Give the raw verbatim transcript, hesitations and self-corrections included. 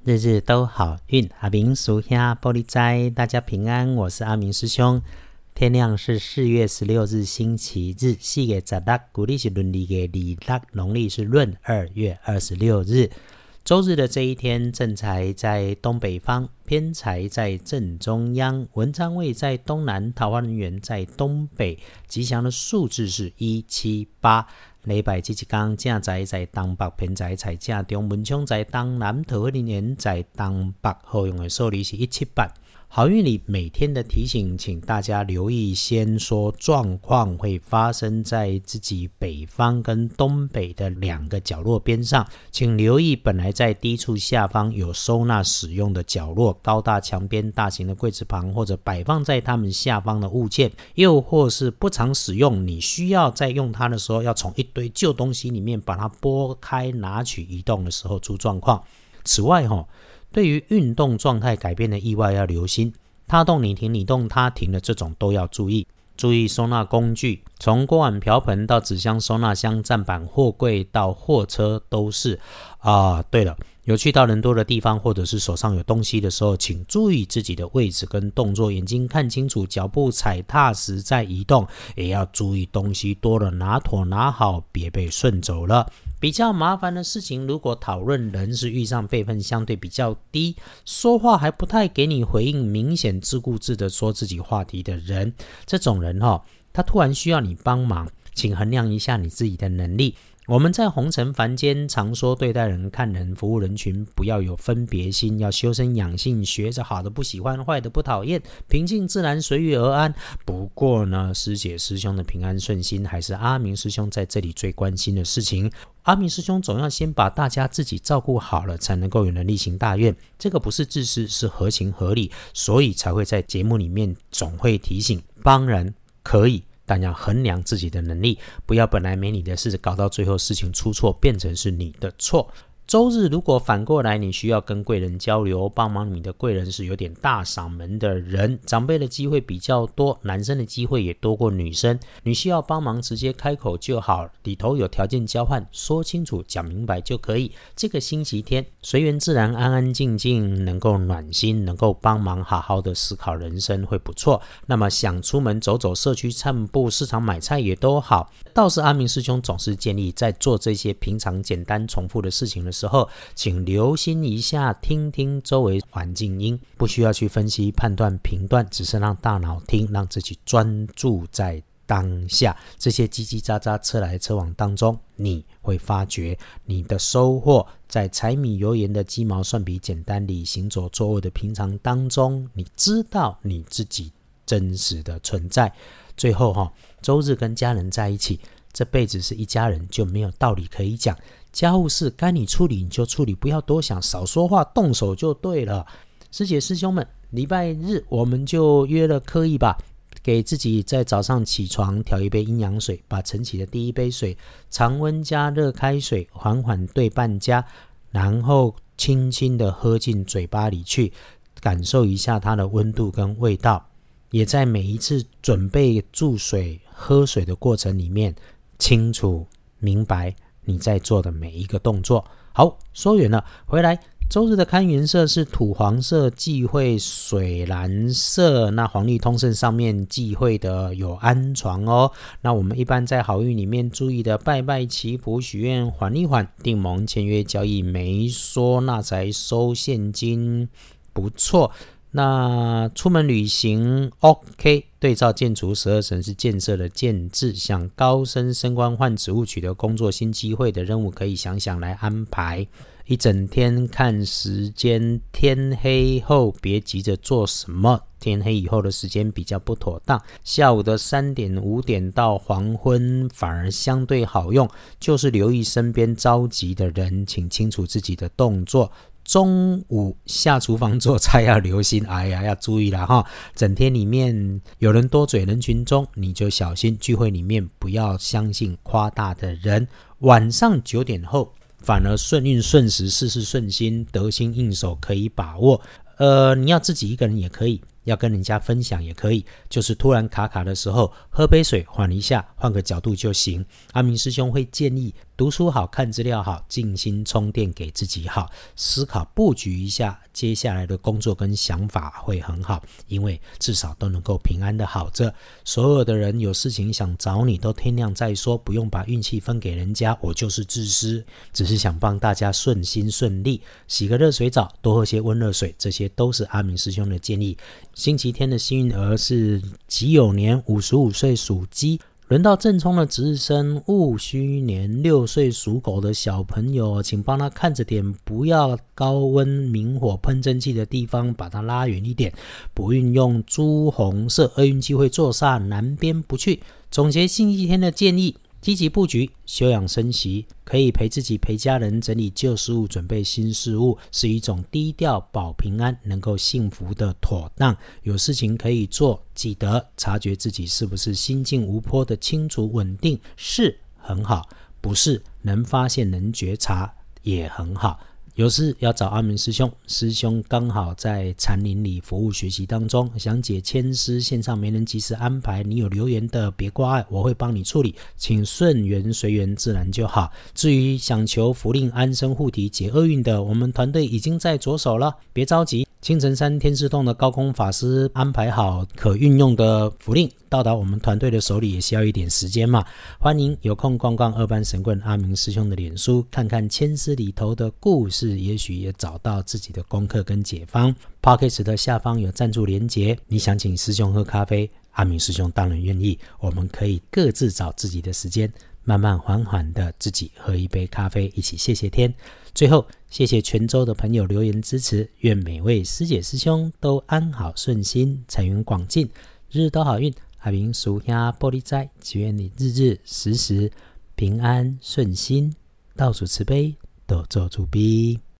日日都好运，阿明属下玻璃斋，大家平安，我是阿明师兄。天亮是四月十六日星期日，四月十六，古历是闰历的二六，农历是闰二月二十六日。周日的这一天，正财在东北方，偏财在正中央，文昌位在东南，桃花人缘在东北，吉祥的数字是一七八。礼拜这一天，正财在东北，偏财在正中，文昌在东南，桃花人缘在东北，好用的数字是一七八。好运里每天的提醒，请大家留意，先说状况会发生在自己北方跟东北的两个角落边上，请留意本来在低处下方有收纳使用的角落，高大墙边、大型的柜子旁，或者摆放在他们下方的物件，又或是不常使用，你需要在用它的时候要从一堆旧东西里面把它拨开拿取移动的时候出状况。此外对于运动状态改变的意外要留心，他动你停你动他停的这种都要注意。注意收纳工具，从锅碗瓢盆到纸箱、收纳箱、站板、货柜到货车都是啊。对了，有去到人多的地方或者是手上有东西的时候，请注意自己的位置跟动作，眼睛看清楚，脚步踩踏实在移动，也要注意东西多了拿妥拿好，别被顺走了。比较麻烦的事情，如果讨论人是遇上辈分相对比较低，说话还不太给你回应，明显自顾自的说自己话题的人，这种人、哦、他突然需要你帮忙，请衡量一下你自己的能力。我们在红尘凡间常说对待人看人服务人群不要有分别心，要修身养性，学着好的不喜欢，坏的不讨厌，平静自然随遇而安。不过呢，师姐师兄的平安顺心还是阿明师兄在这里最关心的事情。阿明师兄总要先把大家自己照顾好了，才能够有能力行大愿，这个不是自私，是合情合理，所以才会在节目里面总会提醒，帮人可以，但要衡量自己的能力，不要本来没你的事，搞到最后事情出错，变成是你的错。周日如果反过来你需要跟贵人交流，帮忙你的贵人是有点大嗓门的人，长辈的机会比较多，男生的机会也多过女生，你需要帮忙直接开口就好，里头有条件交换，说清楚讲明白就可以。这个星期天随缘自然，安安静静，能够暖心，能够帮忙好好的思考人生会不错。那么想出门走走，社区散步，市场买菜也都好。倒是阿明师兄总是建议在做这些平常简单重复的事情的时候，请留心一下，听听周围环境音，不需要去分析判断评断，只是让大脑听，让自己专注在当下。这些叽叽喳喳车来车往当中，你会发觉你的收获在柴米油盐的鸡毛蒜皮简单里，行走坐卧的平常当中，你知道你自己真实的存在。最后、哦、周日跟家人在一起，这辈子是一家人，就没有道理可以讲。家务事该你处理你就处理，不要多想，少说话，动手就对了。师姐师兄们，礼拜日我们就约了刻意吧，给自己在早上起床调一杯阴阳水，把晨起的第一杯水常温加热开水，缓缓对半加，然后轻轻的喝进嘴巴里去，感受一下它的温度跟味道。也在每一次准备注水喝水的过程里面，清楚明白你在做的每一个动作。好，说远了，回来。周日的看颜色是土黄色忌讳水蓝色，那黄历通胜上面忌讳的有安床哦。那我们一般在好运里面注意的，拜拜祈福许愿缓一缓，订盟签约交易没说那才收现金，不错。那出门旅行 OK， 对照建筑十二神是建设的建制，想高升升官换职务取得工作新机会的任务，可以想想来安排。一整天看时间，天黑后别急着做什么，天黑以后的时间比较不妥当，下午的三点五点到黄昏反而相对好用，就是留意身边着急的人，请清楚自己的动作。中午下厨房做菜要留心，哎呀要注意了哈！整天里面有人多嘴人群中，你就小心，聚会里面不要相信夸大的人。晚上九点后反而顺运顺时，事事顺心，得心应手，可以把握。呃，你要自己一个人也可以，要跟人家分享也可以，就是突然卡卡的时候，喝杯水缓一下，换个角度就行。阿明师兄会建议读书好，看资料好，静心充电给自己好，思考布局一下接下来的工作跟想法会很好，因为至少都能够平安的好着。所有的人有事情想找你都天亮再说，不用把运气分给人家，我就是自私，只是想帮大家顺心顺利。洗个热水澡，多喝些温热水，这些都是阿明师兄的建议。星期天的幸运儿是己酉年五十五岁属鸡。轮到正冲的值日生戊戌年六岁属狗的小朋友，请帮他看着点，不要高温明火喷蒸汽的地方，把它拉远一点。不运用朱红色，厄运机会坐煞，南边不去。总结星期天的建议，积极布局，休养生息，可以陪自己陪家人整理旧事物，准备新事物，是一种低调保平安，能够幸福的妥当。有事情可以做，记得察觉自己是不是心境无波的清楚稳定，是很好，不是能发现能觉察也很好。有事要找阿明师兄，师兄刚好在禅林里服务学习当中，想解签师线上没人及时安排，你有留言的别挂碍，我会帮你处理，请顺缘随缘自然就好。至于想求福令安身护体解厄运的，我们团队已经在着手了，别着急。青城山天师洞的高空法师安排好可运用的符令，到达我们团队的手里也需要一点时间嘛。欢迎有空逛逛二班神棍阿明师兄的脸书，看看签诗里头的故事，也许也找到自己的功课跟解方。 Podcast 的下方有赞助连结，你想请师兄喝咖啡，阿明师兄当然愿意，我们可以各自找自己的时间，慢慢缓缓的自己喝一杯咖啡，一起谢谢天。最后谢谢全州的朋友留言支持，愿每位师姐师兄都安好顺心，财源广进，日日都好运。阿明属下玻璃斋，祈愿你日日时时平安顺心，到处慈悲，多做主逼。